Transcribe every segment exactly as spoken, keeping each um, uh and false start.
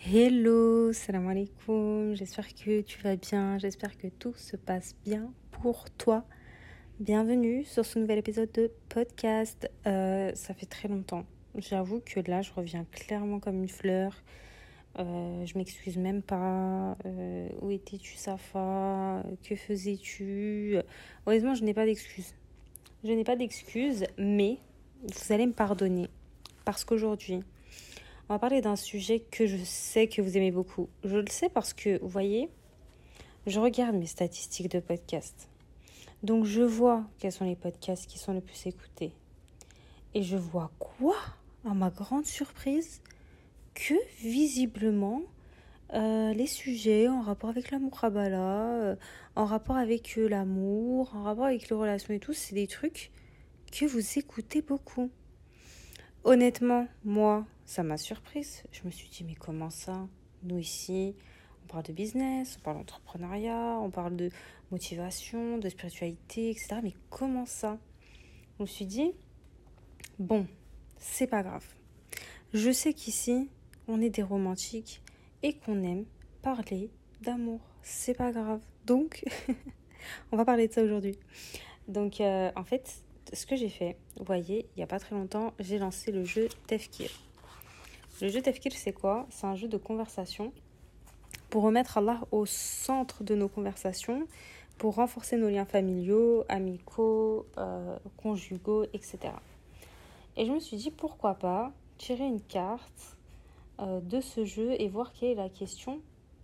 Hello, salam alaikum, j'espère que tu vas bien, j'espère que tout se passe bien pour toi. Bienvenue sur ce nouvel épisode de podcast. Euh, ça fait très longtemps, j'avoue que là je reviens clairement comme une fleur. Euh, je m'excuse même pas. Euh, où étais-tu, Safa? Que faisais-tu? Honnêtement, je n'ai pas d'excuses. Je n'ai pas d'excuses, mais vous allez me pardonner parce qu'aujourd'hui, on va parler d'un sujet que je sais que vous aimez beaucoup. Je le sais parce que, vous voyez, je regarde mes statistiques de podcast. Donc, je vois quels sont les podcasts qui sont les plus écoutés. Et je vois quoi? À ma grande surprise, que visiblement, euh, les sujets en rapport avec l'amour Kabbalah, euh, en rapport avec euh, l'amour, en rapport avec les relations et tout, c'est des trucs que vous écoutez beaucoup. Honnêtement, moi, ça m'a surprise. Je me suis dit, mais comment ça? Nous ici, on parle de business, on parle d'entrepreneuriat, on parle de motivation, de spiritualité, et cetera. Mais comment ça? Je me suis dit, bon, c'est pas grave. Je sais qu'ici, on est des romantiques et qu'on aime parler d'amour. C'est pas grave. Donc, on va parler de ça aujourd'hui. Donc, euh, en fait, ce que j'ai fait, vous voyez, il n'y a pas très longtemps, j'ai lancé le jeu Tefkir. Le jeu Tefkir, c'est quoi? C'est un jeu de conversation pour remettre Allah au centre de nos conversations, pour renforcer nos liens familiaux, amicaux, euh, conjugaux, et cetera. Et je me suis dit, pourquoi pas tirer une carte euh, de ce jeu et voir quelle est la question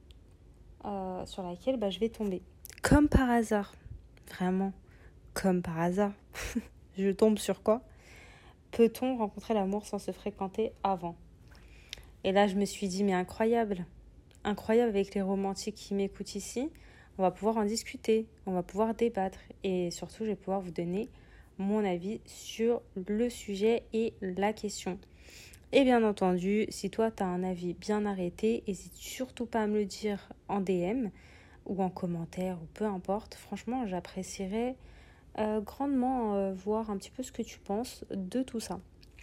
euh, sur laquelle bah, je vais tomber. Comme par hasard, vraiment, comme par hasard. Je tombe sur quoi? Peut-on rencontrer l'amour sans se fréquenter avant? Et là, je me suis dit, mais incroyable, incroyable avec les romantiques qui m'écoutent ici. On va pouvoir en discuter, on va pouvoir débattre et surtout, je vais pouvoir vous donner mon avis sur le sujet et la question. Et bien entendu, si toi, tu as un avis bien arrêté, n'hésite surtout pas à me le dire en D M ou en commentaire ou peu importe. Franchement, j'apprécierais euh, grandement euh, voir un petit peu ce que tu penses de tout ça.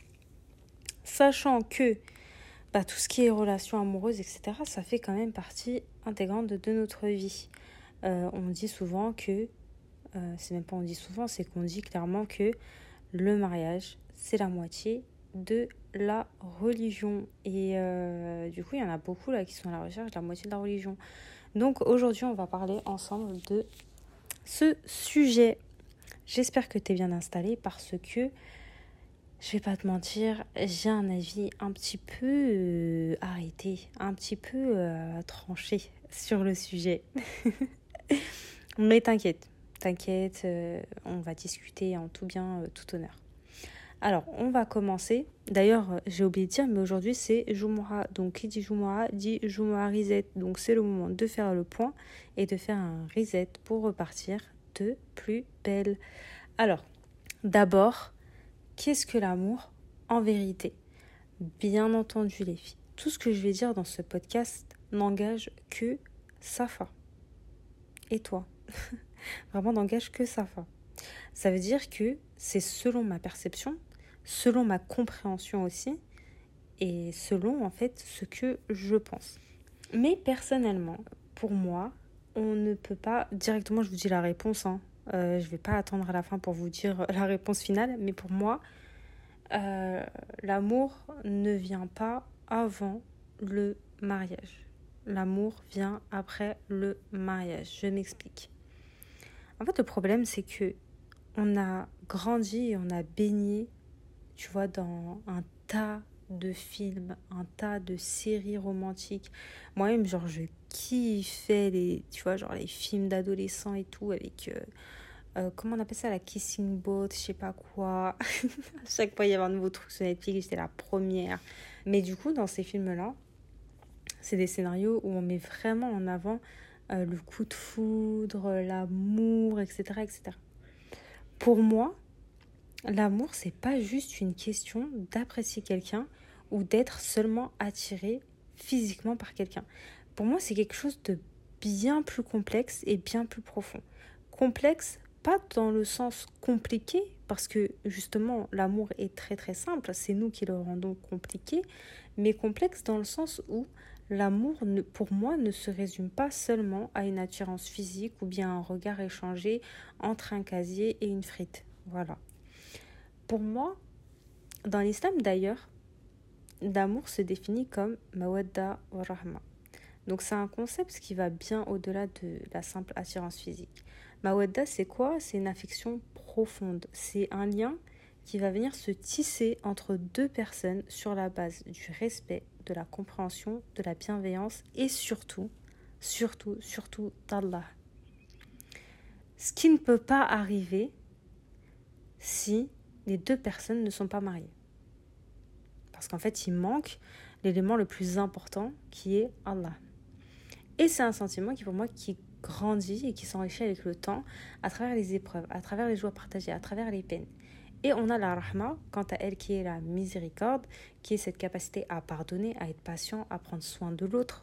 Sachant que bah, tout ce qui est relations amoureuses, et cetera, ça fait quand même partie intégrante de, de notre vie. Euh, on dit souvent que, euh, c'est même pas on dit souvent, c'est qu'on dit clairement que le mariage, c'est la moitié de la religion. Et euh, du coup, il y en a beaucoup là qui sont à la recherche de la moitié de la religion. Donc aujourd'hui, on va parler ensemble de ce sujet. J'espère que tu es bien installé parce que, je vais pas te mentir, j'ai un avis un petit peu euh, arrêté, un petit peu euh, tranché sur le sujet. Mais t'inquiète, t'inquiète, euh, on va discuter en tout bien, euh, tout honneur. Alors, on va commencer. D'ailleurs, euh, j'ai oublié de dire, mais aujourd'hui, c'est Jumu'ah. Donc, qui dit Jumu'ah dit Jumu'ah reset. Donc, c'est le moment de faire le point et de faire un reset pour repartir de plus belle. Alors, d'abord, qu'est-ce que l'amour en vérité? Bien entendu, les filles, tout ce que je vais dire dans ce podcast n'engage que Safa. Et toi? Vraiment n'engage que Safa. Ça veut dire que c'est selon ma perception, selon ma compréhension aussi, et selon en fait ce que je pense. Mais personnellement, pour moi, on ne peut pas, directement je vous dis la réponse, hein. euh, je ne vais pas attendre à la fin pour vous dire la réponse finale, mais pour moi, euh, l'amour ne vient pas avant le mariage. L'amour vient après le mariage. Je m'explique. En fait, le problème, c'est que on a grandi et on a baigné, tu vois, dans un tas de films, un tas de séries romantiques. Moi-même, genre, je kiffais les, tu vois, genre les films d'adolescents et tout, avec, euh, euh, comment on appelle ça, la kissing boat, je sais pas quoi. À chaque fois, il y avait un nouveau truc sur Netflix, j'étais la première. Mais du coup, dans ces films-là, c'est des scénarios où on met vraiment en avant euh, le coup de foudre, l'amour, et cetera, et cetera. Pour moi, l'amour, c'est pas juste une question d'apprécier quelqu'un ou d'être seulement attiré physiquement par quelqu'un. Pour moi, c'est quelque chose de bien plus complexe et bien plus profond. Complexe, pas dans le sens compliqué, parce que justement, l'amour est très très simple, c'est nous qui le rendons compliqué, mais complexe dans le sens où l'amour, ne, pour moi, ne se résume pas seulement à une attirance physique ou bien un regard échangé entre un casier et une frite. Voilà. Pour moi, dans l'islam d'ailleurs, l'amour se définit comme mawadda wa rahma. Donc c'est un concept qui va bien au-delà de la simple attirance physique. Mawadda, c'est quoi? C'est une affection profonde. C'est un lien qui va venir se tisser entre deux personnes sur la base du respect, de la compréhension, de la bienveillance et surtout, surtout, surtout d'Allah. Ce qui ne peut pas arriver si les deux personnes ne sont pas mariées. Parce qu'en fait, il manque l'élément le plus important qui est Allah. Et c'est un sentiment qui, pour moi, qui grandit et qui s'enrichit avec le temps à travers les épreuves, à travers les joies partagées, à travers les peines. Et on a la rahma, quant à elle, qui est la miséricorde, qui est cette capacité à pardonner, à être patient, à prendre soin de l'autre.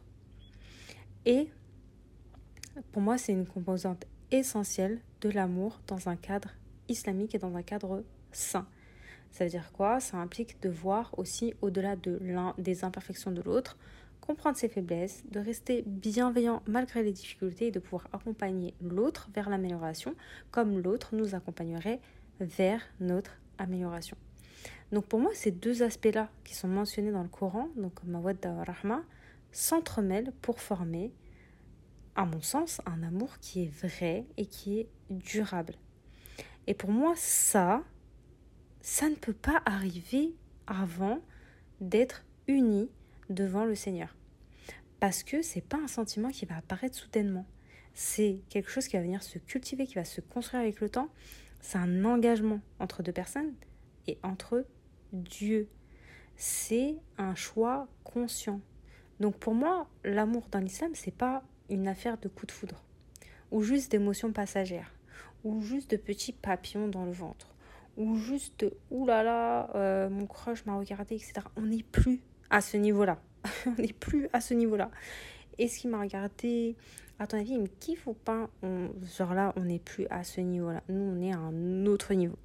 Et pour moi, c'est une composante essentielle de l'amour dans un cadre islamique et dans un cadre sain. Ça veut dire quoi? Ça implique de voir aussi au-delà de l'un des imperfections de l'autre, comprendre ses faiblesses, de rester bienveillant malgré les difficultés et de pouvoir accompagner l'autre vers l'amélioration comme l'autre nous accompagnerait vers notre amélioration. Donc pour moi, ces deux aspects-là qui sont mentionnés dans le Coran, donc Mawadda wa Rahma, s'entremêlent pour former, à mon sens, un amour qui est vrai et qui est durable. Et pour moi, ça, ça ne peut pas arriver avant d'être unis devant le Seigneur. Parce que c'est pas un sentiment qui va apparaître soudainement. C'est quelque chose qui va venir se cultiver, qui va se construire avec le temps. C'est un engagement entre deux personnes et entre Dieu. C'est un choix conscient. Donc pour moi, l'amour dans l'islam, c'est pas une affaire de coup de foudre, ou juste d'émotions passagères, ou juste de petits papillons dans le ventre, ou juste « oulala, euh, mon crush m'a regardé », et cetera. On n'est plus à ce niveau-là. On n'est plus à ce niveau-là. Est-ce qu'il m'a regardé? À ton avis, il me kiffe ou pas? on, Genre là, on n'est plus à ce niveau-là. Nous, on est à un autre niveau.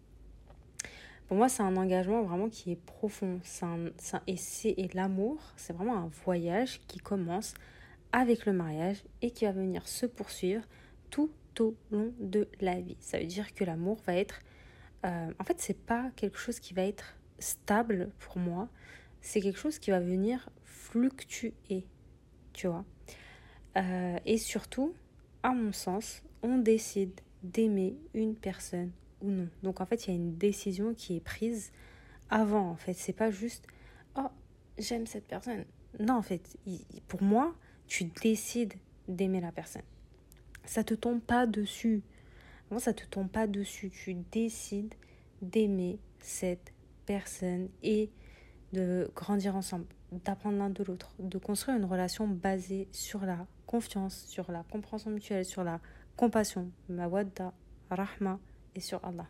Pour moi, c'est un engagement vraiment qui est profond. C'est un, c'est un, et, c'est, et l'amour, c'est vraiment un voyage qui commence avec le mariage et qui va venir se poursuivre tout au long de la vie. Ça veut dire que l'amour va être... Euh, en fait, c'est pas quelque chose qui va être stable pour moi. C'est quelque chose qui va venir fluctuer, tu vois. Euh, et surtout, à mon sens, on décide d'aimer une personne ou non. Donc en fait, il y a une décision qui est prise avant. En fait, c'est pas juste « Oh, j'aime cette personne ». Non, en fait, il, pour moi, tu décides d'aimer la personne. Ça te tombe pas dessus. Moi, ça te tombe pas dessus. Tu décides d'aimer cette personne et de grandir ensemble, d'apprendre l'un de l'autre, de construire une relation basée sur la confiance, sur la compréhension mutuelle, sur la compassion, mawadda, rahma et sur Allah.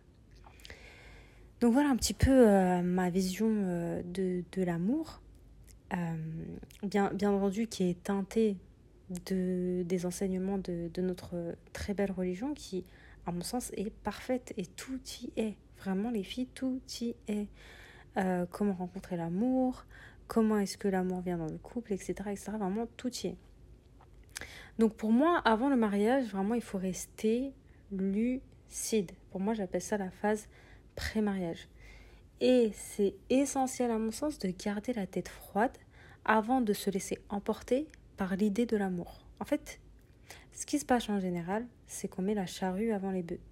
Donc voilà un petit peu euh, ma vision euh, de, de l'amour, euh, bien, bien entendu qui est teintée de, des enseignements de, de notre très belle religion qui, à mon sens, est parfaite et tout y est. Vraiment les filles, tout y est. Euh, comment rencontrer l'amour, comment est-ce que l'amour vient dans le couple, et cetera, et cetera. Vraiment, tout y est. Donc pour moi, avant le mariage, vraiment, il faut rester lucide. Pour moi, j'appelle ça la phase pré-mariage. Et c'est essentiel, à mon sens, de garder la tête froide avant de se laisser emporter par l'idée de l'amour. En fait, ce qui se passe en général, c'est qu'on met la charrue avant les bœufs.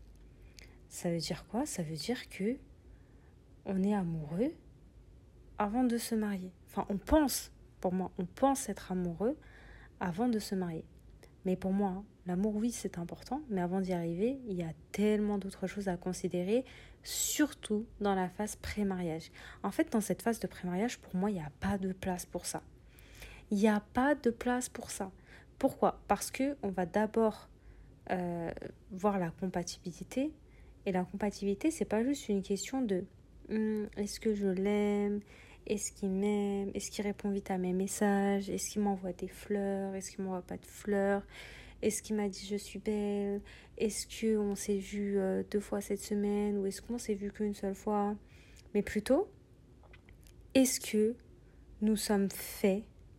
Ça veut dire quoi? Ça veut dire que on est amoureux avant de se marier. Enfin, on pense, pour moi, on pense être amoureux avant de se marier. Mais pour moi, hein, l'amour, oui, c'est important, mais avant d'y arriver, il y a tellement d'autres choses à considérer, surtout dans la phase pré-mariage. En fait, dans cette phase de pré-mariage, pour moi, il n'y a pas de place pour ça. Il n'y a pas de place pour ça. Pourquoi? Parce qu'on va d'abord euh, voir la compatibilité. Et la compatibilité, c'est pas juste une question de hum, est-ce que je l'aime? Est-ce qu'il m'aime? Est-ce qu'il répond vite à mes messages? Est-ce qu'il m'envoie des fleurs? Est-ce qu'il m'envoie pas de fleurs? Est-ce qu'il m'a dit je suis belle? Est-ce qu'on s'est vu euh, deux fois cette semaine? Ou est-ce qu'on s'est vu qu'une seule fois? Mais plutôt, est-ce que nous sommes faits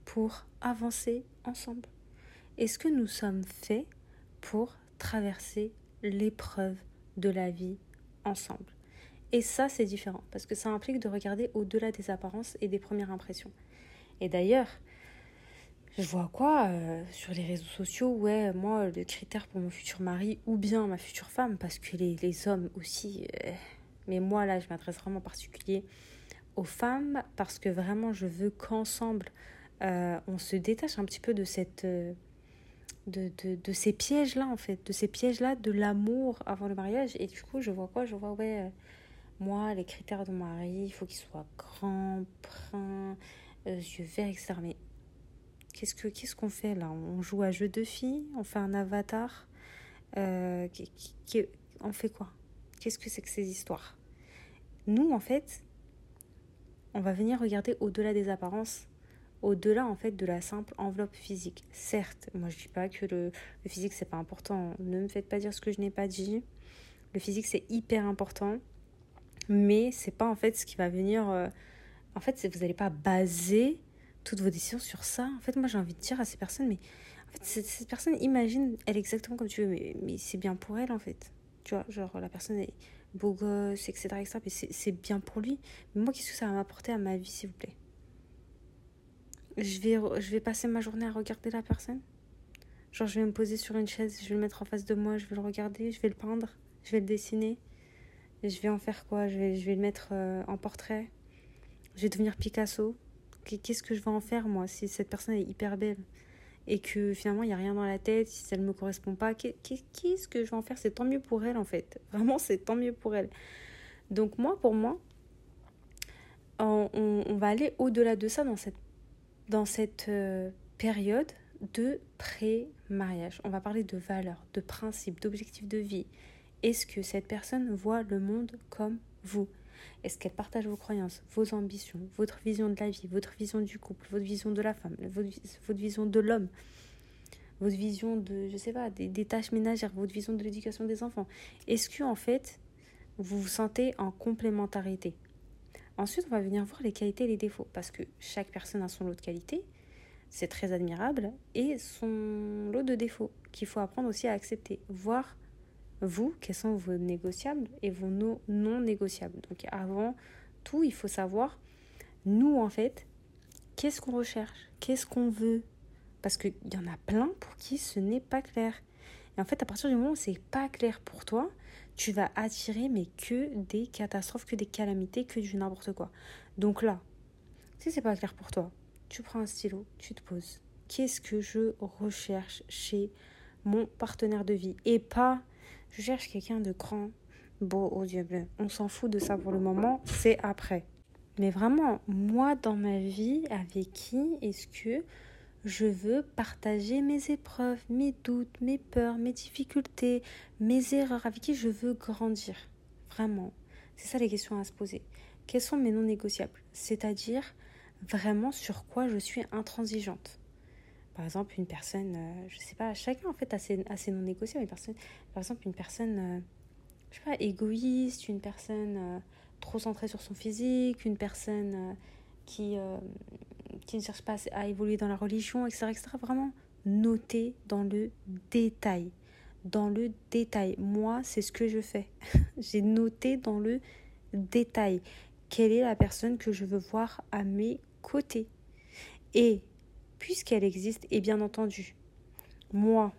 pour avancer ensemble? Est-ce que nous sommes faits pour traverser l'épreuve de la vie ensemble? Et ça, c'est différent, parce que ça implique de regarder au-delà des apparences et des premières impressions. Et d'ailleurs, je vois quoi euh, sur les réseaux sociaux, ouais, moi, le critère pour mon futur mari ou bien ma future femme, parce que les, les hommes aussi, euh, mais moi, là, je m'adresse vraiment en particulier aux femmes, parce que vraiment, je veux qu'ensemble, euh, on se détache un petit peu de cette... Euh, de, de, de ces pièges-là, en fait, de ces pièges-là de l'amour avant le mariage. Et du coup, je vois quoi? Je vois, ouais, euh, moi, les critères de mon mari, il faut qu'il soit grand, brun, euh, yeux verts, et cetera. Mais qu'est-ce que, qu'est-ce qu'on fait là? On joue à jeu de filles? On fait un avatar? euh, qui, qui, qui, On fait quoi? Qu'est-ce que c'est que ces histoires? Nous, en fait, on va venir regarder au-delà des apparences, au-delà en fait de la simple enveloppe physique. Certes, moi je dis pas que le, le physique c'est pas important, ne me faites pas dire ce que je n'ai pas dit. Le physique c'est hyper important, mais c'est pas en fait ce qui va venir. Euh, en fait, vous n'allez pas baser toutes vos décisions sur ça. En fait, moi j'ai envie de dire à ces personnes, mais en fait, cette, cette personne imagine elle exactement comme tu veux, mais, mais c'est bien pour elle en fait. Tu vois, genre la personne est beau gosse, et cetera, et cetera. Mais c'est, c'est bien pour lui. Mais moi, qu'est-ce que ça va m'apporter à ma vie, s'il vous plaît? Je vais, je vais passer ma journée à regarder la personne. Genre, je vais me poser sur une chaise, je vais le mettre en face de moi, je vais le regarder, je vais le peindre, je vais le dessiner. Et je vais en faire quoi? je vais, je vais le mettre euh, en portrait. Je vais devenir Picasso. Qu'est-ce que je vais en faire, moi, si cette personne est hyper belle? Et que finalement, il n'y a rien dans la tête, si ça ne me correspond pas. Qu'est-ce que je vais en faire? C'est tant mieux pour elle, en fait. Vraiment, c'est tant mieux pour elle. Donc moi, pour moi, on, on, on va aller au-delà de ça dans cette dans cette euh, période de pré-mariage. On va parler de valeurs, de principes, d'objectifs de vie. Est-ce que cette personne voit le monde comme vous? Est-ce qu'elle partage vos croyances, vos ambitions, votre vision de la vie, votre vision du couple, votre vision de la femme, votre, votre vision de l'homme, votre vision de, je sais pas, des, des tâches ménagères, votre vision de l'éducation des enfants? Est-ce que en fait, vous vous sentez en complémentarité? Ensuite, on va venir voir les qualités et les défauts, parce que chaque personne a son lot de qualités, c'est très admirable, et son lot de défauts qu'il faut apprendre aussi à accepter. Voir, vous, quels sont vos négociables et vos non, non négociables. Donc avant tout, il faut savoir, nous en fait, qu'est-ce qu'on recherche? Qu'est-ce qu'on veut? Parce qu'il y en a plein pour qui ce n'est pas clair. Et en fait, à partir du moment où c'est pas clair pour toi, tu vas attirer mais que des catastrophes, que des calamités, que du n'importe quoi. Donc là, si c'est pas clair pour toi, tu prends un stylo, tu te poses. Qu'est-ce que je recherche chez mon partenaire de vie? Et pas, je cherche quelqu'un de grand, beau, aux yeux bleus. On s'en fout de ça pour le moment, c'est après. Mais vraiment, moi dans ma vie, avec qui est-ce que je veux partager mes épreuves, mes doutes, mes peurs, mes difficultés, mes erreurs, avec qui je veux grandir? Vraiment, c'est ça les questions à se poser. Quels sont mes non négociables? C'est-à-dire vraiment sur quoi je suis intransigeante. Par exemple, une personne, euh, je sais pas, chacun en fait a ses, a ses non négociables. Une personne, par exemple, une personne, euh, je sais pas, égoïste, une personne euh, trop centrée sur son physique, une personne euh, qui... Euh, qui ne cherche pas à évoluer dans la religion, et cetera, et cetera. Vraiment, noter dans le détail. Dans le détail. Moi, c'est ce que je fais. J'ai noté dans le détail. Quelle est la personne que je veux voir à mes côtés? Et, puisqu'elle existe, et bien entendu, moi,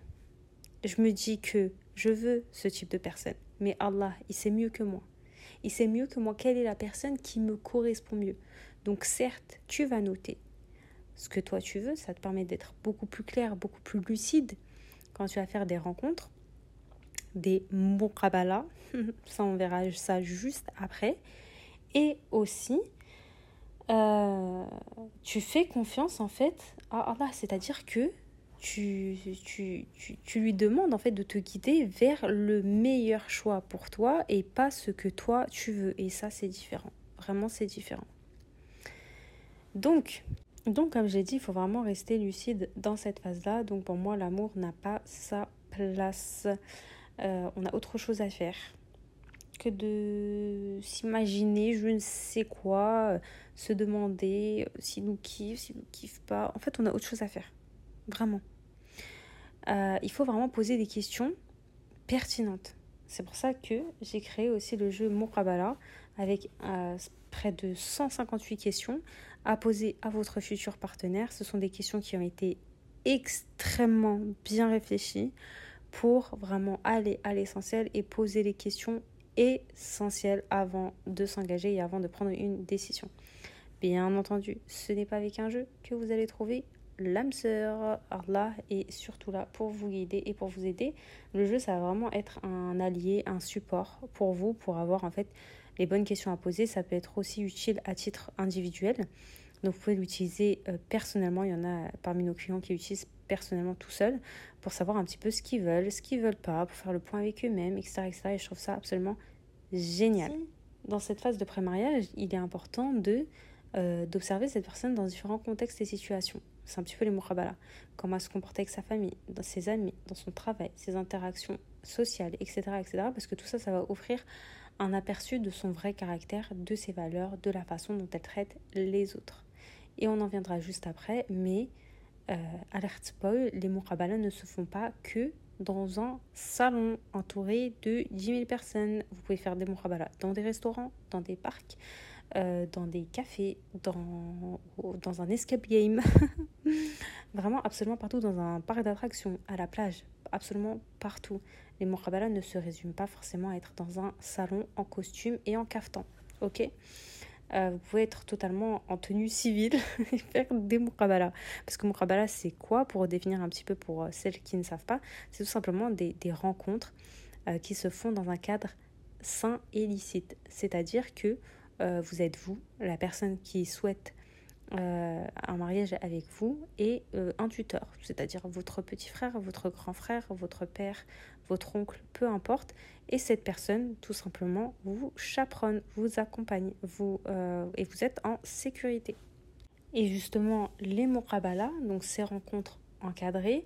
je me dis que je veux ce type de personne. Mais Allah, il sait mieux que moi. Il sait mieux que moi quelle est la personne qui me correspond mieux. Donc certes, tu vas noter ce que toi tu veux, ça te permet d'être beaucoup plus clair, beaucoup plus lucide quand tu vas faire des rencontres, des muqabala, ça on verra ça juste après, et aussi euh, tu fais confiance en fait à Allah, c'est-à-dire que tu, tu, tu, tu lui demandes en fait de te guider vers le meilleur choix pour toi et pas ce que toi tu veux, et ça c'est différent, vraiment c'est différent. Donc Donc, comme j'ai dit, il faut vraiment rester lucide dans cette phase-là. Donc, pour moi, l'amour n'a pas sa place. Euh, on a autre chose à faire. que de s'imaginer je ne sais quoi, euh, se demander euh, s'il nous kiffe, s'il nous kiffe pas. En fait, on a autre chose à faire, vraiment. Euh, il faut vraiment poser des questions pertinentes. C'est pour ça que j'ai créé aussi le jeu Muqabala avec euh, près de cent cinquante-huit questions à poser à votre futur partenaire. Ce sont des questions qui ont été extrêmement bien réfléchies pour vraiment aller à l'essentiel et poser les questions essentielles avant de s'engager et avant de prendre une décision. Bien entendu, ce n'est pas avec un jeu que vous allez trouver l'âme sœur. Allah est surtout là pour vous guider et pour vous aider. Le jeu, ça va vraiment être un allié, un support pour vous, pour avoir en fait les bonnes questions à poser. Ça peut être aussi utile à titre individuel. Donc vous pouvez l'utiliser euh, personnellement. Il y en a parmi nos clients qui l'utilisent personnellement tout seul pour savoir un petit peu ce qu'ils veulent, ce qu'ils veulent pas, pour faire le point avec eux-mêmes, et cetera, et cetera. Et je trouve ça absolument génial. Dans cette phase de pré-mariage, il est important de euh, d'observer cette personne dans différents contextes et situations. C'est un petit peu les muqabala. Comment elle se comporte avec sa famille, dans ses amis, dans son travail, ses interactions sociales, et cetera, et cetera. Parce que tout ça, ça va offrir un aperçu de son vrai caractère, de ses valeurs, de la façon dont elle traite les autres. Et on en viendra juste après, mais euh, alerte spoil, les muqabala ne se font pas que dans un salon entouré de dix mille personnes. Vous pouvez faire des muqabala dans des restaurants, dans des parcs, euh, dans des cafés, dans, dans un escape game. Vraiment absolument partout, dans un parc d'attractions, à la plage, absolument partout. Les muqabala ne se résument pas forcément à être dans un salon en costume et en caftan, ok ? Euh, vous pouvez être totalement en tenue civile et faire des muqabala. Parce que muqabala, c'est quoi? Pour définir un petit peu pour celles qui ne savent pas, c'est tout simplement des, des rencontres euh, qui se font dans un cadre sain et licite. C'est-à-dire que euh, vous êtes vous, la personne qui souhaite euh, un mariage avec vous, et euh, un tuteur, c'est-à-dire votre petit frère, votre grand frère, votre père, votre oncle, peu importe. Et cette personne, tout simplement, vous chaperonne, vous accompagne, vous, euh, et vous êtes en sécurité. Et justement, les muqabala, donc ces rencontres encadrées,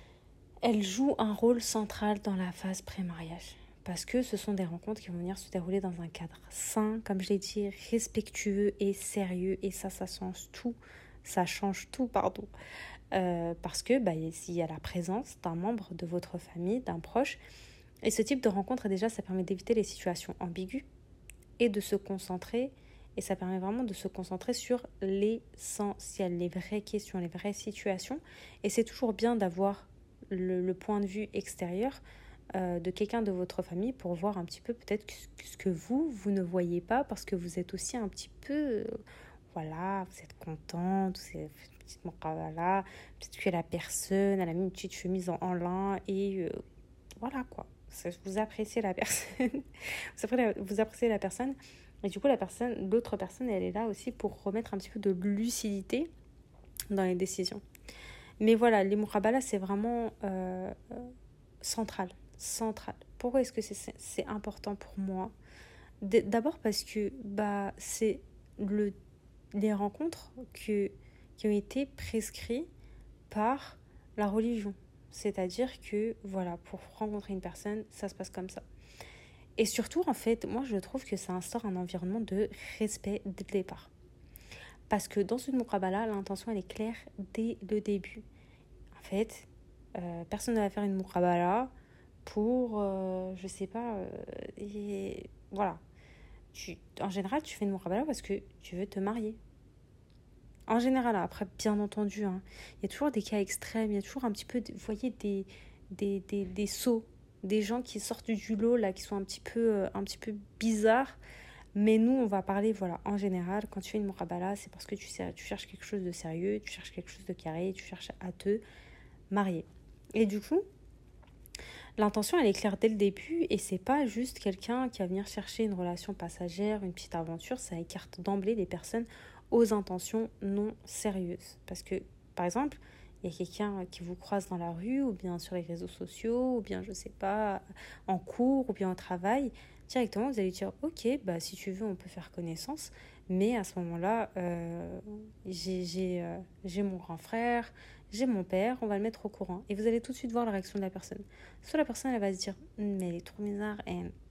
elles jouent un rôle central dans la phase pré-mariage. Parce que ce sont des rencontres qui vont venir se dérouler dans un cadre sain, comme je l'ai dit, respectueux et sérieux. Et ça, ça change tout. Ça change tout, pardon. Euh, parce que bah, s'il y a la présence d'un membre de votre famille, d'un proche, et ce type de rencontre, déjà, ça permet d'éviter les situations ambiguës et de se concentrer, et ça permet vraiment de se concentrer sur l'essentiel, les vraies questions, les vraies situations. Et c'est toujours bien d'avoir le, le point de vue extérieur euh, de quelqu'un de votre famille pour voir un petit peu peut-être ce que vous, vous ne voyez pas, parce que vous êtes aussi un petit peu... Euh, voilà, vous êtes contente, vous êtes une petite muqabala, peut-être que la personne, elle a mis une petite chemise en, en lin, et euh, voilà quoi. Vous appréciez la personne, vous appréciez la personne, et du coup la personne, l'autre personne, elle est là aussi pour remettre un petit peu de lucidité dans les décisions. Mais voilà, les muqabala, c'est vraiment euh, central, central. Pourquoi est-ce que c'est, c'est important pour moi? D'abord parce que bah, c'est le, les rencontres que, qui ont été prescrites par la religion. C'est-à-dire que, voilà, pour rencontrer une personne, ça se passe comme ça. Et surtout, en fait, moi, je trouve que ça instaure un environnement de respect dès le départ. Parce que dans une muqabala, l'intention, elle est claire dès le début. En fait, euh, personne ne va faire une muqabala pour, euh, je sais pas, euh, et voilà. Tu, en général, tu fais une muqabala parce que tu veux te marier. En général, après, bien entendu, hein, il y a toujours des cas extrêmes, il y a toujours un petit peu, vous voyez, des, des, des, des sauts, des gens qui sortent du lot, là, qui sont un petit peu, euh, un petit peu bizarres. Mais nous, on va parler, voilà, en général, quand tu fais une muqabala, c'est parce que tu, sais, tu cherches quelque chose de sérieux, tu cherches quelque chose de carré, tu cherches à te marier. Et du coup, l'intention, elle est claire dès le début, et c'est pas juste quelqu'un qui va venir chercher une relation passagère, une petite aventure. Ça écarte d'emblée les personnes aux intentions non sérieuses. Parce que, par exemple, il y a quelqu'un qui vous croise dans la rue, ou bien sur les réseaux sociaux, ou bien, je sais pas, en cours, ou bien au travail. Directement, vous allez dire, ok, bah, si tu veux, on peut faire connaissance. Mais à ce moment-là, euh, j'ai, j'ai, euh, j'ai mon grand frère, j'ai mon père, on va le mettre au courant. Et vous allez tout de suite voir la réaction de la personne. Soit la personne, elle va se dire, mais elle est trop bizarre, et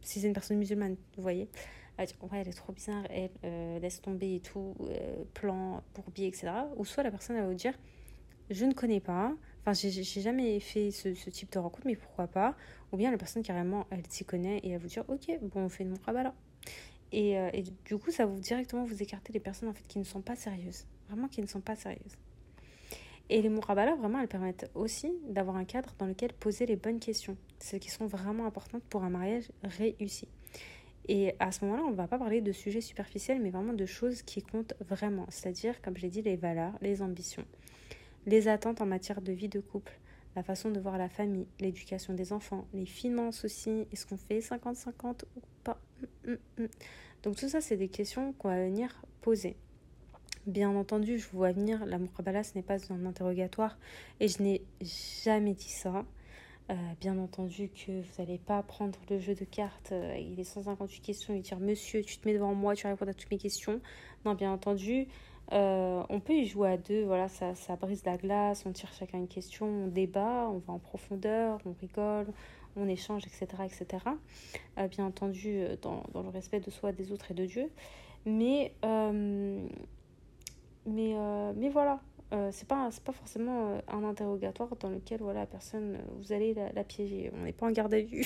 si c'est une personne musulmane, vous voyez, elle va dire ouais, elle est trop bizarre, elle euh, laisse tomber et tout, euh, plan, bourbier, et cetera. Ou soit la personne elle va vous dire je ne connais pas, enfin j'ai, j'ai jamais fait ce, ce type de rencontre, mais pourquoi pas. Ou bien la personne carrément elle s'y connaît et elle va vous dire ok, bon on fait une muqabala. Et, euh, et du coup ça va vous directement vous écarter les personnes en fait qui ne sont pas sérieuses, vraiment qui ne sont pas sérieuses. Et les muqabala, vraiment, elles permettent aussi d'avoir un cadre dans lequel poser les bonnes questions, celles qui sont vraiment importantes pour un mariage réussi. Et à ce moment-là, on ne va pas parler de sujets superficiels, mais vraiment de choses qui comptent vraiment. C'est-à-dire, comme je l'ai dit, les valeurs, les ambitions, les attentes en matière de vie de couple, la façon de voir la famille, l'éducation des enfants, les finances aussi. Est-ce qu'on fait cinquante cinquante ou pas? Donc tout ça, c'est des questions qu'on va venir poser. Bien entendu, je vous vois venir, la muqabala, ce n'est pas un interrogatoire et je n'ai jamais dit ça. Euh, bien entendu que vous n'allez pas prendre le jeu de cartes euh, avec les cent cinquante-huit questions et dire monsieur, tu te mets devant moi, tu réponds à toutes mes questions. Non, bien entendu, euh, on peut y jouer à deux, voilà, ça, ça brise la glace, on tire chacun une question, on débat, on va en profondeur, on rigole, on échange, et cetera, et cetera. Euh, bien entendu, dans, dans le respect de soi, des autres et de Dieu. Mais... Euh, Mais, euh, mais voilà, euh, c'est pas, c'est pas forcément euh, un interrogatoire dans lequel voilà, la personne, euh, vous allez la, la piéger. On n'est pas en garde à vue.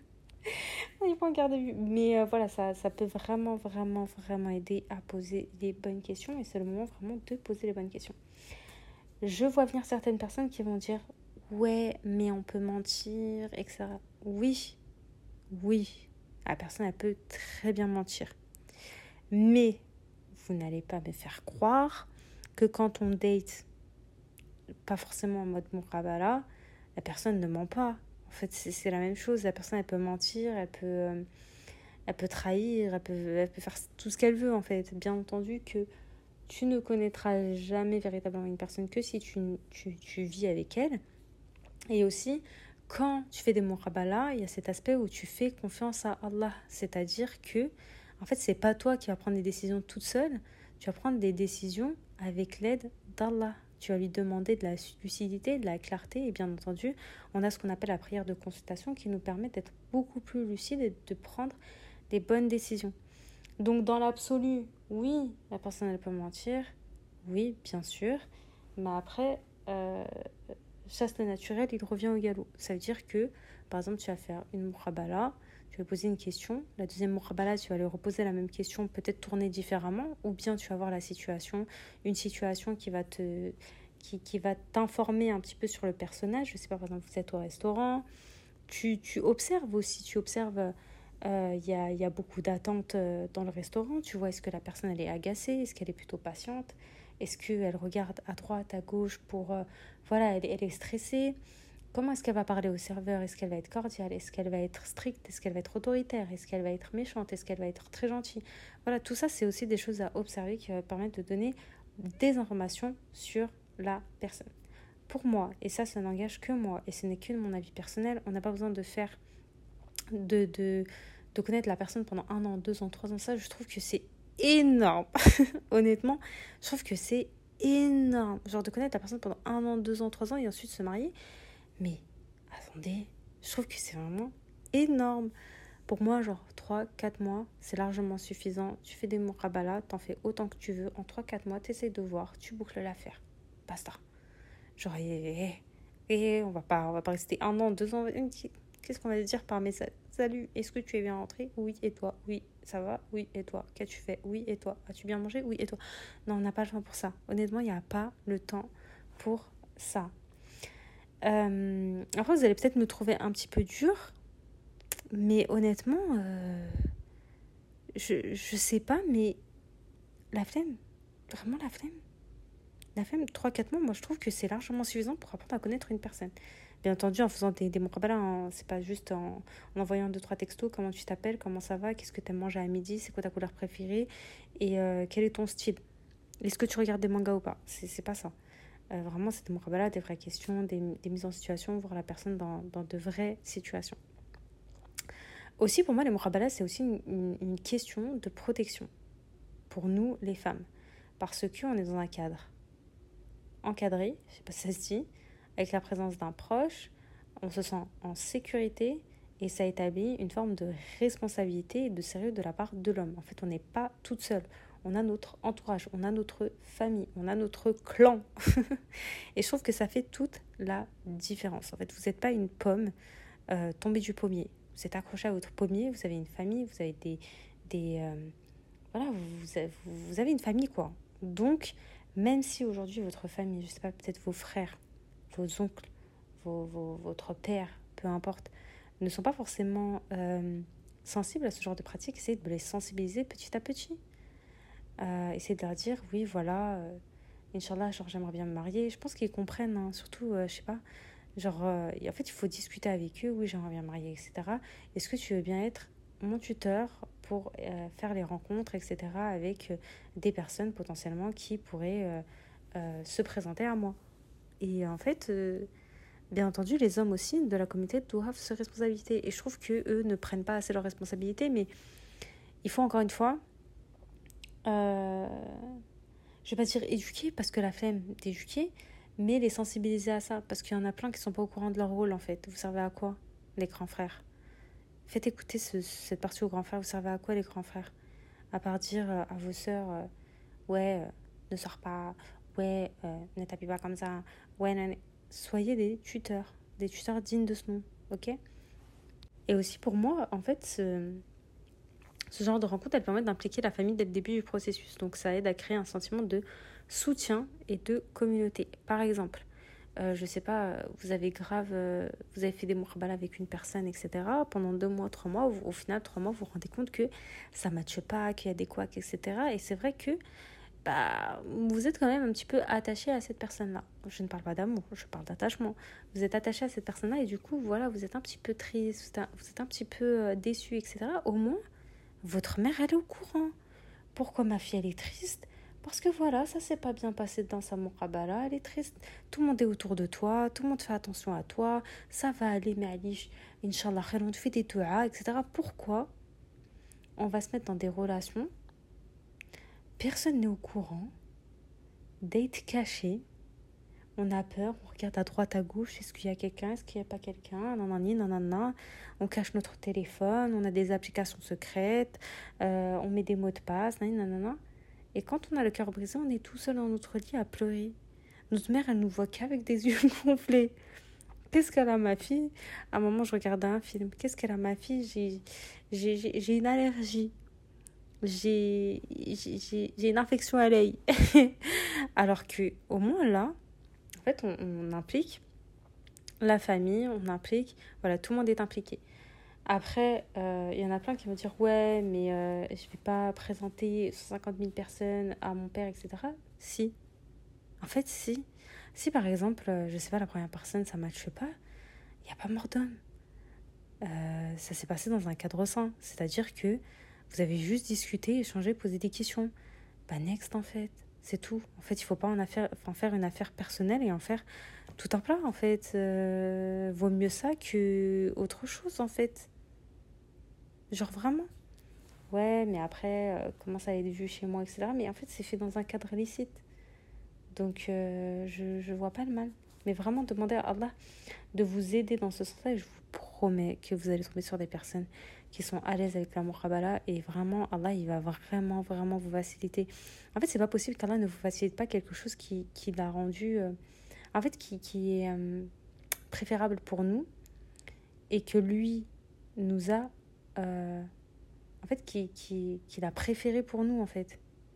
On n'est pas en garde à vue. Mais euh, voilà, ça, ça peut vraiment, vraiment, vraiment aider à poser les bonnes questions. Et c'est le moment vraiment de poser les bonnes questions. Je vois venir certaines personnes qui vont dire ouais, mais on peut mentir, et cetera. Oui, oui, la personne, elle peut très bien mentir. Mais vous n'allez pas me faire croire que quand on date, pas forcément en mode muqabala, la personne ne ment pas. En fait, c'est, c'est la même chose. La personne, elle peut mentir, elle peut, euh, elle peut trahir, elle peut, elle peut faire tout ce qu'elle veut, en fait. Bien entendu que tu ne connaîtras jamais véritablement une personne que si tu, tu, tu vis avec elle. Et aussi, quand tu fais des muqabala, il y a cet aspect où tu fais confiance à Allah. C'est-à-dire que, en fait, c'est pas toi qui vas prendre des décisions toute seule. Tu vas prendre des décisions avec l'aide d'Allah. Tu vas lui demander de la lucidité, de la clarté. Et bien entendu, on a ce qu'on appelle la prière de consultation qui nous permet d'être beaucoup plus lucide et de prendre des bonnes décisions. Donc, dans l'absolu, oui, la personne, elle peut mentir. Oui, bien sûr. Mais après, euh, chasse le naturel, il revient au galop. Ça veut dire que, par exemple, tu vas faire une muqabala, tu vas poser une question. La deuxième muqabala, tu vas lui reposer la même question, peut-être tourner différemment. Ou bien tu vas voir la situation, une situation qui va te, qui, qui va t'informer un petit peu sur le personnage. Je sais pas, par exemple, vous êtes au restaurant, tu, tu observes aussi, tu observes... Il euh, y, a, y a beaucoup d'attentes euh, dans le restaurant. Tu vois, est-ce que la personne elle est agacée? Est-ce qu'elle est plutôt patiente? Est-ce qu'elle regarde à droite, à gauche pour... Euh, voilà, elle, elle est stressée. Comment est-ce qu'elle va parler au serveur? Est-ce qu'elle va être cordiale? Est-ce qu'elle va être stricte? Est-ce qu'elle va être autoritaire? Est-ce qu'elle va être méchante? Est-ce qu'elle va être très gentille? Voilà, tout ça, c'est aussi des choses à observer qui vont permettre de donner des informations sur la personne. Pour moi, et ça, ça n'engage que moi, et ce n'est que mon avis personnel, on n'a pas besoin de faire... De, de, de connaître la personne pendant un an, deux ans, trois ans. Ça, je trouve que c'est énorme. Honnêtement, je trouve que c'est énorme. Genre de connaître la personne pendant un an, deux ans, trois ans et ensuite se marier. Mais attendez, je trouve que c'est vraiment énorme. Pour moi, genre trois quatre mois, c'est largement suffisant. Tu fais des muqabala, t'en fais autant que tu veux. En trois quatre mois, t'essayes de voir, tu boucles l'affaire. Basta. Genre, et, et, et on va pas, on va pas rester un an, deux ans. Qu'est-ce qu'on va dire par message? Salut, est-ce que tu es bien rentré? Oui, et toi? Oui, ça va? Oui, et toi? Qu'as-tu fait? Oui, et toi? As-tu bien mangé? Oui, et toi? Non, on n'a pas le temps pour ça. Honnêtement, il n'y a pas le temps pour ça. Euh, après, vous allez peut-être me trouver un petit peu dur, mais honnêtement, euh, je, je sais pas, mais la flemme, vraiment la flemme. La flemme, trois quatre mois, moi je trouve que c'est largement suffisant pour apprendre à connaître une personne. Bien entendu, en faisant des, des muqabala, hein, c'est pas juste en, en envoyant deux, trois textos, comment tu t'appelles, comment ça va, qu'est-ce que tu aimes manger à midi, c'est quoi ta couleur préférée, et euh, quel est ton style. Est-ce que tu regardes des mangas ou pas? C'est, c'est pas ça. Euh, vraiment, c'est des muqabala, des vraies questions, des, des mises en situation, voir la personne dans, dans de vraies situations. Aussi, pour moi, les muqabala, c'est aussi une, une, une question de protection pour nous, les femmes. Parce qu'on est dans un cadre encadré, je sais pas si ça se dit, avec la présence d'un proche, on se sent en sécurité Et ça établit une forme de responsabilité et de sérieux de la part de l'homme. En fait, on n'est pas toute seule. On a notre entourage, on a notre famille, on a notre clan. Et je trouve que ça fait toute la différence. En fait, vous n'êtes pas une pomme euh, tombée du pommier. Vous êtes accroché à votre pommier, vous avez une famille, vous avez des... des euh, voilà, vous avez, vous avez une famille, quoi. Donc, même si aujourd'hui, votre famille, je ne sais pas, peut-être vos frères, vos oncles, vos, vos, votre père, peu importe, ne sont pas forcément euh, sensibles à ce genre de pratique, essayez de les sensibiliser petit à petit. Euh, essayez de leur dire, oui, voilà, euh, Inch'Allah, genre, j'aimerais bien me marier. Je pense qu'ils comprennent, hein, surtout, euh, je sais pas, genre, euh, en fait, il faut discuter avec eux, oui, j'aimerais bien me marier, et cetera. Est-ce que tu veux bien être mon tuteur pour euh, faire les rencontres, et cetera, avec euh, des personnes potentiellement qui pourraient euh, euh, se présenter à moi. Et en fait, euh, bien entendu, les hommes aussi de la communauté doivent se responsabiliser. Et je trouve qu'eux ne prennent pas assez leurs responsabilités, mais il faut encore une fois... Euh, je vais pas dire éduquer parce que la flemme d'éduquer, mais les sensibiliser à ça parce qu'il y en a plein qui sont pas au courant de leur rôle en fait. Vous servez à quoi les grands frères? Faites écouter ce, cette partie aux grands frères. Vous servez à quoi les grands frères? À part dire euh, à vos sœurs euh, ouais euh, ne sors pas, ouais euh, ne t'habille pas comme ça, ouais nan, nan. Soyez des tuteurs, des tuteurs dignes de ce nom, ok? Et aussi pour moi en fait ce Ce genre de rencontre, elle permet d'impliquer la famille dès le début du processus. Donc ça aide à créer un sentiment de soutien et de communauté. Par exemple, euh, je sais pas, vous avez grave, euh, vous avez fait des mourbala avec une personne, et cetera. Pendant deux mois, trois mois, au, au final, trois mois, vous vous rendez compte que ça ne matche pas, qu'il y a des couacs, et cetera. Et c'est vrai que bah, vous êtes quand même un petit peu attaché à cette personne-là. Je ne parle pas d'amour, je parle d'attachement. Vous êtes attaché à cette personne-là et du coup, voilà, vous êtes un petit peu triste, vous êtes un petit peu déçu, et cetera. Au moins, votre mère, elle est au courant. Pourquoi ma fille, elle est triste? Parce que voilà, ça s'est pas bien passé dans sa mouqabala, elle est triste. Tout le monde est autour de toi, tout le monde fait attention à toi, ça va aller, mais Alish, Inch'Allah, on te fait des doigts, et cetera. Pourquoi on va se mettre dans des relations? Personne n'est au courant, date cachée, on a peur, on regarde à droite, à gauche, est-ce qu'il y a quelqu'un, est-ce qu'il n'y a pas quelqu'un, nanani, nanana. On cache notre téléphone, on a des applications secrètes, euh, on met des mots de passe, nanani, nanana. Et quand on a le cœur brisé, on est tout seul dans notre lit à pleurer. Notre mère, elle nous voit qu'avec des yeux gonflés. Qu'est-ce qu'elle a, ma fille? À un moment, je regardais un film. Qu'est-ce qu'elle a, ma fille? J'ai, j'ai, j'ai, j'ai une allergie. J'ai, j'ai, j'ai une infection à l'œil. Alors que, au moins là, en fait, on, on implique la famille, on implique, voilà, tout le monde est impliqué. Après, il euh, y en a plein qui vont dire ouais, mais euh, je ne vais pas présenter cent cinquante mille personnes à mon père, et cetera. Si. En fait, si. Si par exemple, je ne sais pas, la première personne, ça ne matche pas, il n'y a pas mort d'homme. Euh, ça s'est passé dans un cadre sain. C'est-à-dire que vous avez juste discuté, échangé, posé des questions. Bah, next, en fait. C'est tout. En fait, il ne faut pas en, affaire, en faire une affaire personnelle et en faire tout un plat, en fait. Euh, vaut mieux ça que autre chose, en fait. Genre vraiment. Ouais, mais après, euh, comment ça va être vu chez moi, et cetera. Mais en fait, c'est fait dans un cadre licite. Donc, euh, je je vois pas le mal. Mais vraiment, demandez à Allah de vous aider dans ce sens-là. Et je vous promets que vous allez tomber sur des personnes qui sont à l'aise avec la muraqabala. Et vraiment, Allah, il va vraiment, vraiment vous faciliter. En fait, c'est pas possible qu'Allah ne vous facilite pas quelque chose qui, qui l'a rendu... Euh, en fait, qui, qui est euh, préférable pour nous. Et que lui nous a... Euh, en fait, qui, qui, qui l'a préféré pour nous, en fait.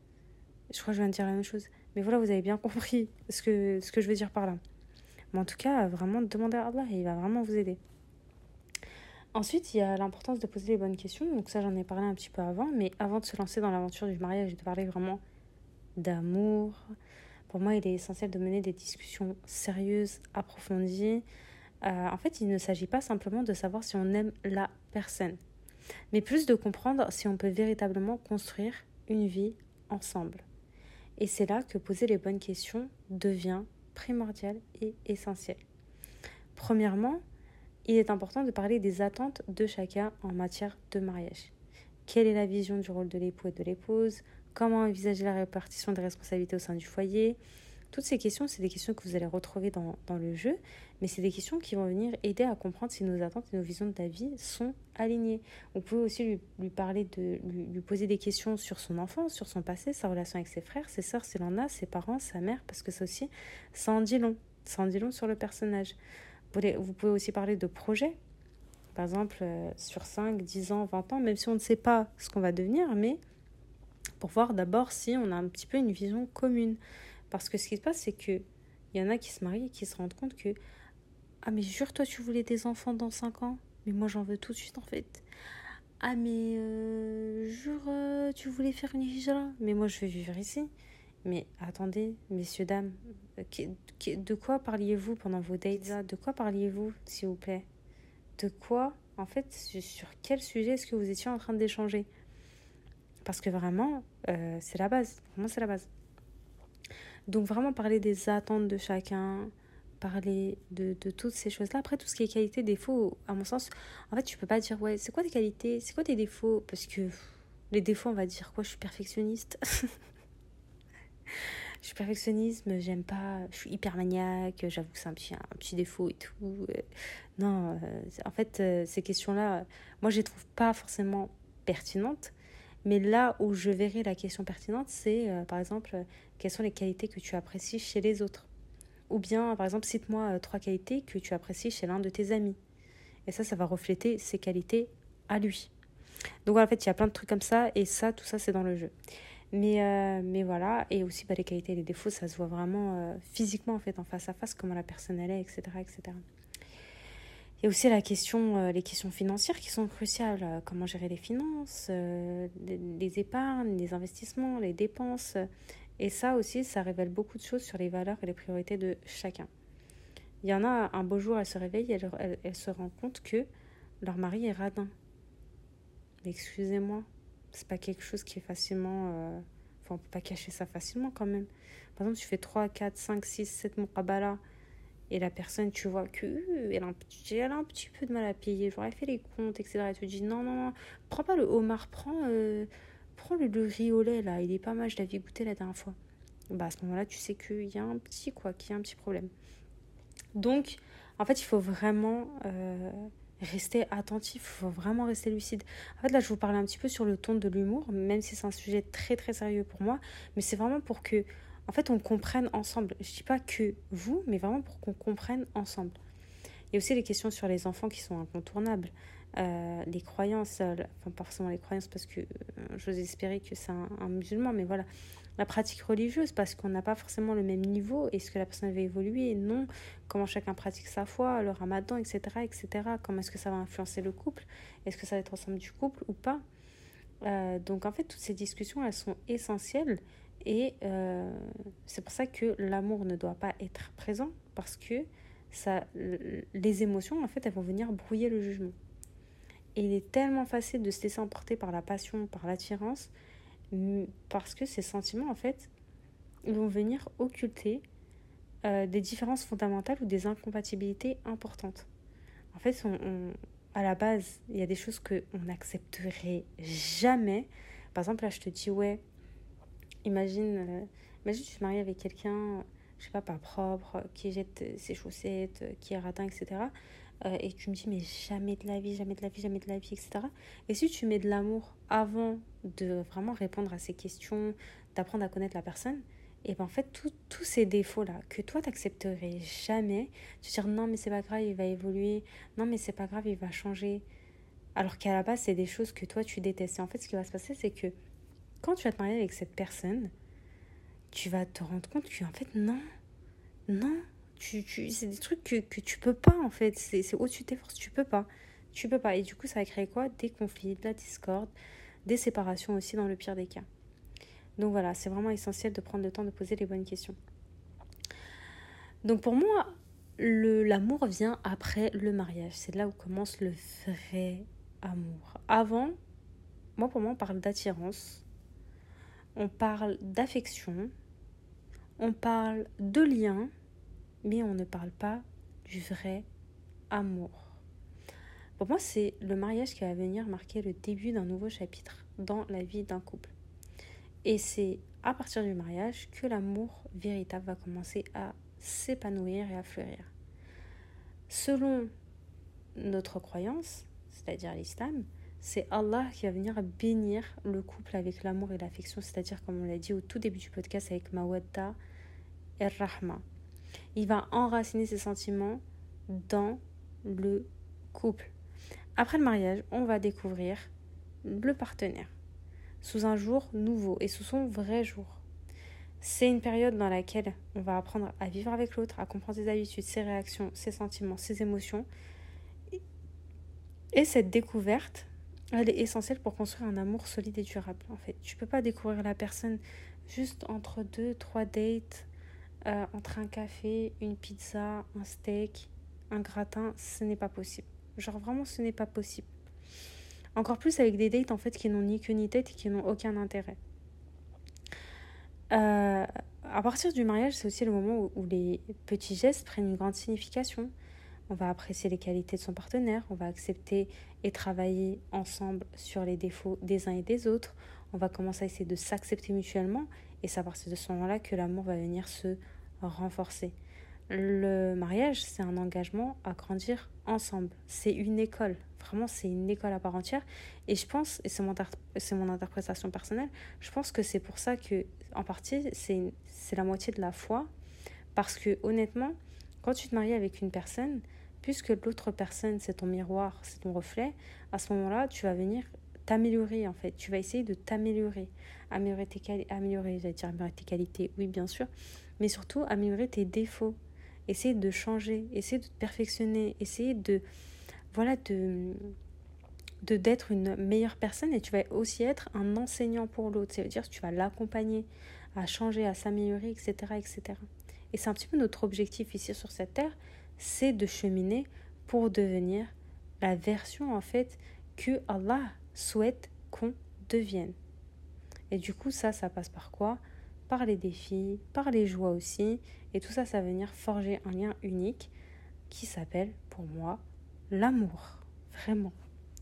Je crois que je viens de dire la même chose. Mais voilà, vous avez bien compris ce que, ce que je veux dire par là. Mais en tout cas, vraiment, demandez à Allah et il va vraiment vous aider. Ensuite, il y a l'importance de poser les bonnes questions. Donc ça, j'en ai parlé un petit peu avant. Mais avant de se lancer dans l'aventure du mariage et de parler vraiment d'amour, pour moi, il est essentiel de mener des discussions sérieuses, approfondies. Euh, en fait, il ne s'agit pas simplement de savoir si on aime la personne, mais plus de comprendre si on peut véritablement construire une vie ensemble. Et c'est là que poser les bonnes questions devient primordial et essentiel. Premièrement, il est important de parler des attentes de chacun en matière de mariage. Quelle est la vision du rôle de l'époux et de l'épouse? Comment envisager la répartition des responsabilités au sein du foyer? Toutes ces questions, c'est des questions que vous allez retrouver dans, dans le jeu, mais c'est des questions qui vont venir aider à comprendre si nos attentes et nos visions de la vie sont alignées. Vous pouvez aussi lui, lui parler de lui, lui poser des questions sur son enfance, sur son passé, sa relation avec ses frères, ses sœurs s'il en a, ses parents, sa mère, parce que ça aussi, ça en dit long. Ça en dit long sur le personnage. Vous pouvez, vous pouvez aussi parler de projets, par exemple, euh, sur cinq, dix ans, vingt ans, même si on ne sait pas ce qu'on va devenir, mais pour voir d'abord si on a un petit peu une vision commune. Parce que ce qui se passe, c'est qu'il y en a qui se marient et qui se rendent compte que « Ah, mais jure, toi, tu voulais des enfants dans cinq ans, mais moi, j'en veux tout de suite, en fait. Ah, mais euh, jure, euh, tu voulais faire une hijra, mais moi, je veux vivre ici. » Mais attendez, messieurs, dames, de quoi parliez-vous pendant vos dates? De quoi parliez-vous, s'il vous plaît? De quoi, en fait, sur quel sujet est-ce que vous étiez en train d'échanger? Parce que vraiment, euh, c'est la base. Vraiment, c'est la base. Donc, vraiment parler des attentes de chacun, parler de, de toutes ces choses-là. Après, tout ce qui est qualité, défaut, à mon sens, en fait, tu peux pas dire, ouais, c'est quoi tes qualités? C'est quoi tes défauts? Parce que les défauts, on va dire quoi? Je suis perfectionniste. Je suis perfectionniste, j'aime pas, je suis hyper maniaque, j'avoue que c'est un petit, un petit défaut et tout. Non, euh, en fait, euh, ces questions-là, euh, moi, je les trouve pas forcément pertinentes. Mais là où je verrai la question pertinente, c'est, euh, par exemple, euh, quelles sont les qualités que tu apprécies chez les autres? Ou bien, par exemple, cite-moi euh, trois qualités que tu apprécies chez l'un de tes amis. Et ça, ça va refléter ses qualités à lui. Donc, voilà, en fait, il y a plein de trucs comme ça. Et ça, tout ça, c'est dans le jeu. Mais, euh, mais voilà, et aussi bah, les qualités et les défauts, ça se voit vraiment euh, physiquement en fait, en face à face, comment la personne elle est, et cetera et cetera. Et aussi la question, euh, les questions financières qui sont cruciales, euh, comment gérer les finances, euh, les, les épargnes, les investissements, les dépenses. Et ça aussi, ça révèle beaucoup de choses sur les valeurs et les priorités de chacun. Il y en a, un beau jour, elle se réveille et elle, elle, elle se rend compte que leur mari est radin. Mais excusez-moi, c'est pas quelque chose qui est facilement... Euh... Enfin, on peut pas cacher ça facilement quand même. Par exemple, tu fais trois, quatre, cinq, six, sept muqabala et la personne, tu vois que euh, elle, a un petit, elle a un petit peu de mal à payer. Genre, elle fait les comptes, et cetera. Et tu te dis, non, non, non, prends pas le homard, prends, euh, prends le, le riz au lait, là. Il est pas mal, je l'avais goûté la dernière fois. Bah, à ce moment-là, tu sais qu'il y a un petit, quoi, qu'il y a un petit problème. Donc, en fait, il faut vraiment... Euh, rester attentif, il faut vraiment rester lucide. En fait, là, je vous parlais un petit peu sur le ton de l'humour, même si c'est un sujet très, très sérieux pour moi, mais c'est vraiment pour que, en fait, on comprenne ensemble. Je ne dis pas que vous, mais vraiment pour qu'on comprenne ensemble. Il y a aussi les questions sur les enfants qui sont incontournables. Euh, les croyances, euh, enfin, pas forcément les croyances, parce que euh, j'ose espérer que c'est un, un musulman, mais voilà, la pratique religieuse, parce qu'on n'a pas forcément le même niveau. Est-ce que la personne va évoluer? Non. Comment chacun pratique sa foi, le ramadan, et cetera, et cetera. Comment est-ce que ça va influencer le couple? Est-ce que ça va être ensemble du couple ou pas? euh, Donc, en fait, toutes ces discussions, elles sont essentielles. Et euh, c'est pour ça que l'amour ne doit pas être présent, parce que ça, les émotions, en fait, elles vont venir brouiller le jugement. Et il est tellement facile de se laisser emporter par la passion, par l'attirance, parce que ces sentiments, en fait, ils vont venir occulter euh, des différences fondamentales ou des incompatibilités importantes. En fait, on, on, à la base, il y a des choses qu'on n'accepterait jamais. Par exemple, là, je te dis, ouais, imagine, euh, imagine tu te maries avec quelqu'un, je sais pas, pas propre, qui jette ses chaussettes, qui est radin, et cetera. Euh, et tu me dis, mais jamais de la vie, jamais de la vie, jamais de la vie, et cetera. Et si tu mets de l'amour avant de vraiment répondre à ces questions, d'apprendre à connaître la personne, et ben en fait, tous ces défauts-là, que toi, t'accepterais jamais, tu te dis, non, mais c'est pas grave, il va évoluer, non, mais c'est pas grave, il va changer. Alors qu'à la base, c'est des choses que toi, tu détestes. Et en fait, ce qui va se passer, c'est que quand tu vas te marier avec cette personne, tu vas te rendre compte que, en fait, non, non, Tu, tu, c'est des trucs que, que tu peux pas en fait, c'est, c'est au-dessus de tes forces, tu peux pas, tu peux pas. Et du coup, ça va créer quoi? Des conflits, de la discorde, des séparations aussi dans le pire des cas. Donc voilà, c'est vraiment essentiel de prendre le temps de poser les bonnes questions. Donc pour moi, le, l'amour vient après le mariage. C'est là où commence le vrai amour. Avant, moi pour moi, on parle d'attirance, on parle d'affection, on parle de lien, mais on ne parle pas du vrai amour. Pour moi, c'est le mariage qui va venir marquer le début d'un nouveau chapitre dans la vie d'un couple. Et c'est à partir du mariage que l'amour véritable va commencer à s'épanouir et à fleurir. Selon notre croyance, c'est-à-dire l'islam, c'est Allah qui va venir bénir le couple avec l'amour et l'affection, c'est-à-dire comme on l'a dit au tout début du podcast avec Mawadda et Rahma. Il va enraciner ses sentiments dans le couple. Après le mariage, on va découvrir le partenaire sous un jour nouveau et sous son vrai jour. C'est une période dans laquelle on va apprendre à vivre avec l'autre, à comprendre ses habitudes, ses réactions, ses sentiments, ses émotions. Et cette découverte, elle est essentielle pour construire un amour solide et durable. En fait, tu peux pas découvrir la personne juste entre deux, trois dates, euh, entre un café, une pizza, un steak, un gratin. Ce n'est pas possible. Genre vraiment, ce n'est pas possible. Encore plus avec des dates en fait qui n'ont ni queue ni tête et qui n'ont aucun intérêt. Euh, à partir du mariage, c'est aussi le moment où, où les petits gestes prennent une grande signification. On va apprécier les qualités de son partenaire, on va accepter et travailler ensemble sur les défauts des uns et des autres. On va commencer à essayer de s'accepter mutuellement et c'est à partir de ce moment-là que l'amour va venir se renforcer. Le mariage, c'est un engagement à grandir ensemble. C'est une école. Vraiment, c'est une école à part entière. Et je pense, et c'est mon, c'est mon interprétation personnelle, je pense que c'est pour ça que, en partie, c'est, une, c'est la moitié de la foi. Parce que, honnêtement, quand tu te maries avec une personne, puisque l'autre personne, c'est ton miroir, c'est ton reflet, à ce moment-là, tu vas venir t'améliorer, en fait. Tu vas essayer de t'améliorer. Améliorer tes, quali- améliorer, j'allais dire améliorer tes qualités, oui, bien sûr. Mais surtout, améliorer tes défauts. Essayer de changer, essayer de te perfectionner, essayer de, voilà, de, de, d'être une meilleure personne. Et tu vas aussi être un enseignant pour l'autre. Ça veut dire que tu vas l'accompagner à changer, à s'améliorer, et cetera, et cetera. Et c'est un petit peu notre objectif ici sur cette terre, c'est de cheminer pour devenir la version en fait que Allah souhaite qu'on devienne. Et du coup, ça, ça passe par quoi ? Par les défis, par les joies aussi. Et tout ça, ça va venir forger un lien unique qui s'appelle, pour moi, l'amour. Vraiment.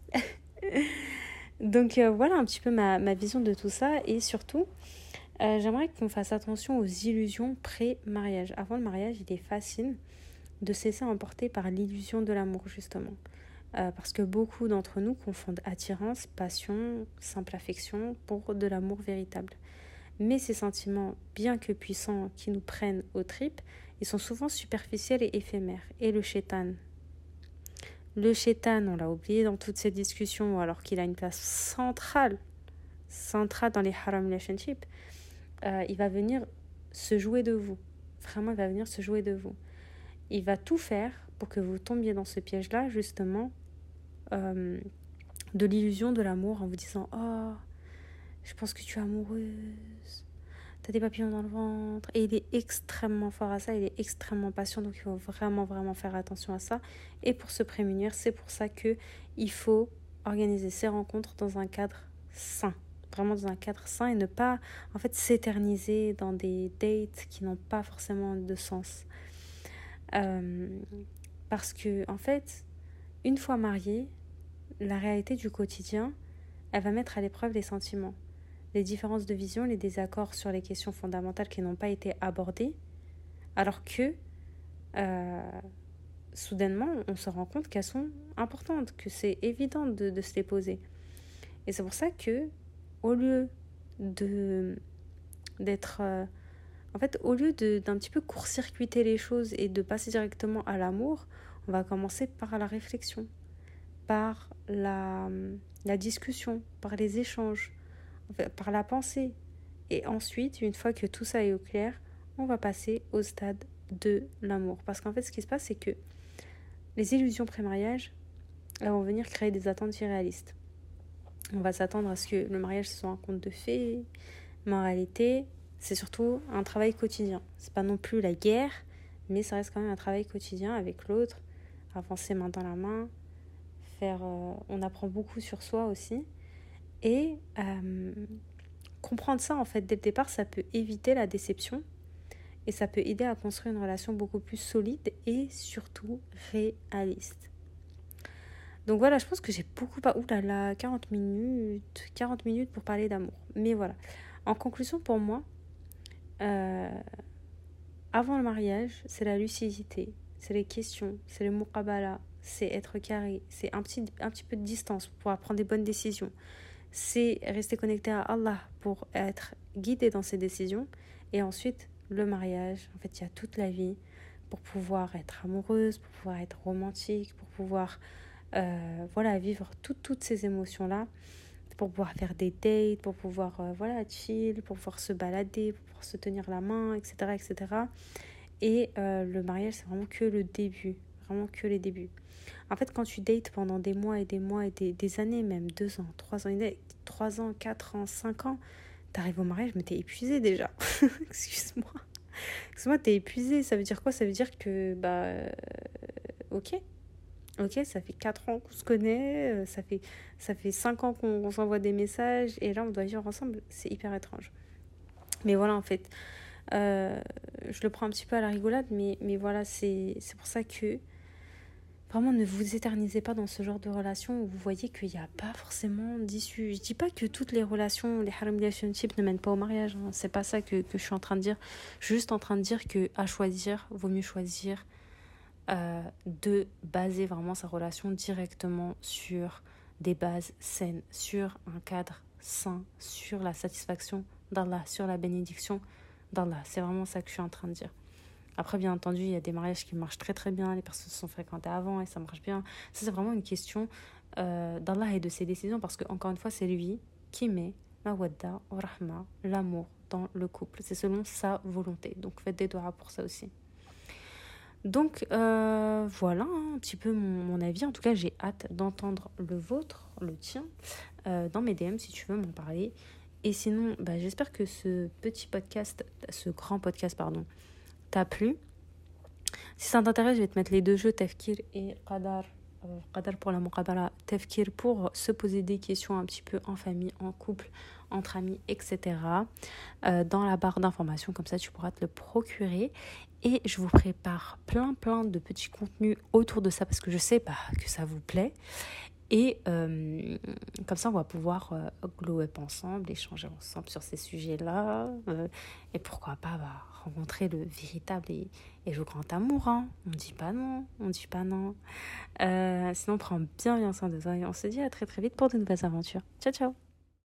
Donc euh, voilà un petit peu ma, ma vision de tout ça. Et surtout, euh, j'aimerais qu'on fasse attention aux illusions pré-mariage. Avant le mariage, il est facile de se laisser emporter par l'illusion de l'amour, justement. Euh, parce que beaucoup d'entre nous confondent attirance, passion, simple affection pour de l'amour véritable. Mais ces sentiments, bien que puissants, qui nous prennent aux tripes, ils sont souvent superficiels et éphémères. Et le shaitan Le shaitan, on l'a oublié dans toutes ces discussions, alors qu'il a une place centrale, centrale dans les haram relationships, euh, il va venir se jouer de vous. Vraiment, il va venir se jouer de vous. Il va tout faire pour que vous tombiez dans ce piège-là, justement, euh, de l'illusion de l'amour, en vous disant « Oh, je pense que tu es amoureuse, t'as des papillons dans le ventre. » Et il est extrêmement fort à ça, il est extrêmement patient, donc il faut vraiment, vraiment faire attention à ça. Et pour se prémunir, c'est pour ça qu'il faut organiser ces rencontres dans un cadre sain. Vraiment dans un cadre sain et ne pas, en fait, s'éterniser dans des dates qui n'ont pas forcément de sens. Euh, parce que, en fait, une fois mariée, la réalité du quotidien, elle va mettre à l'épreuve les sentiments, les différences de vision, les désaccords sur les questions fondamentales qui n'ont pas été abordées, alors que euh, soudainement, on se rend compte qu'elles sont importantes, que c'est évident de, de se les poser. Et c'est pour ça que, au lieu de d'être, euh, en fait, au lieu de, d'un petit peu court-circuiter les choses et de passer directement à l'amour, on va commencer par la réflexion, par la, la discussion, par les échanges, par la pensée. Et ensuite, une fois que tout ça est au clair, on va passer au stade de l'amour. Parce qu'en fait, ce qui se passe, c'est que les illusions pré-mariage, elles vont venir créer des attentes irréalistes. On va s'attendre à ce que le mariage soit un conte de fées, mais en réalité, c'est surtout un travail quotidien. C'est pas non plus la guerre, mais ça reste quand même un travail quotidien avec l'autre, avancer main dans la main, faire, euh, on apprend beaucoup sur soi aussi. Et euh, comprendre ça, en fait, dès le départ, ça peut éviter la déception et ça peut aider à construire une relation beaucoup plus solide et surtout réaliste. Donc voilà, je pense que j'ai beaucoup... Pas... Ouh là là, quarante minutes, quarante minutes pour parler d'amour. Mais voilà, en conclusion, pour moi, euh, avant le mariage, c'est la lucidité, c'est les questions, c'est le muqabala, c'est être carré, c'est un petit, un petit peu de distance pour pouvoir prendre des bonnes décisions. C'est rester connecté à Allah pour être guidé dans ses décisions. Et ensuite, le mariage. En fait, il y a toute la vie pour pouvoir être amoureuse, pour pouvoir être romantique, pour pouvoir euh, voilà, vivre tout, toutes ces émotions-là, pour pouvoir faire des dates, pour pouvoir euh, voilà, chill, pour pouvoir se balader, pour pouvoir se tenir la main, et cetera et cetera. Et euh, le mariage, c'est vraiment que le début, vraiment que les débuts. En fait, quand tu dates pendant des mois et des mois et des, des années, même deux ans, trois ans, trois ans, quatre ans, cinq ans, t'arrives au mariage, mais t'es épuisé déjà. Excuse-moi. Excuse-moi, t'es épuisé. Ça veut dire quoi? Ça veut dire que, bah, euh, ok. Ok, ça fait quatre ans qu'on se connaît, euh, ça fait, ça fait cinq ans qu'on, qu'on s'envoie des messages, et là, on doit vivre ensemble. C'est hyper étrange. Mais voilà, en fait, euh, je le prends un petit peu à la rigolade, mais, mais voilà, c'est, c'est pour ça que vraiment, ne vous éternisez pas dans ce genre de relation où vous voyez qu'il n'y a pas forcément d'issue. Je dis pas que toutes les relations, les harem relationships ne mènent pas au mariage. Hein. C'est pas ça que, que je suis en train de dire. Je suis juste en train de dire qu'à choisir, vaut mieux choisir euh, de baser vraiment sa relation directement sur des bases saines, sur un cadre sain, sur la satisfaction d'Allah, sur la bénédiction d'Allah. C'est vraiment ça que je suis en train de dire. Après, bien entendu, il y a des mariages qui marchent très très bien, les personnes se sont fréquentées avant et ça marche bien. Ça, c'est vraiment une question euh, d'Allah et de ses décisions, parce que, encore une fois, c'est lui qui met mawadda wa rahma, l'amour dans le couple. C'est selon sa volonté. Donc, faites des doigts pour ça aussi. Donc, euh, voilà hein, un petit peu mon, mon avis. En tout cas, j'ai hâte d'entendre le vôtre, le tien, euh, dans mes D M si tu veux m'en parler. Et sinon, bah, j'espère que ce petit podcast, ce grand podcast, pardon, t'a plu. Si ça t'intéresse, je vais te mettre les deux jeux, Tafkir et Qadar. Euh, Qadar pour la muqabala, Tafkir pour se poser des questions un petit peu en famille, en couple, entre amis, et cetera. Euh, dans la barre d'informations, comme ça tu pourras te le procurer. Et je vous prépare plein plein de petits contenus autour de ça, parce que je sais bah, que ça vous plaît. Et euh, comme ça, on va pouvoir euh, glow up ensemble, échanger ensemble sur ces sujets-là. Euh, et pourquoi pas bah, rencontrer le véritable et, et le grand amour. Hein. On ne dit pas non, on ne dit pas non. Euh, sinon, on prend bien bien soin de toi et on se dit à très très vite pour de nouvelles aventures. Ciao, ciao!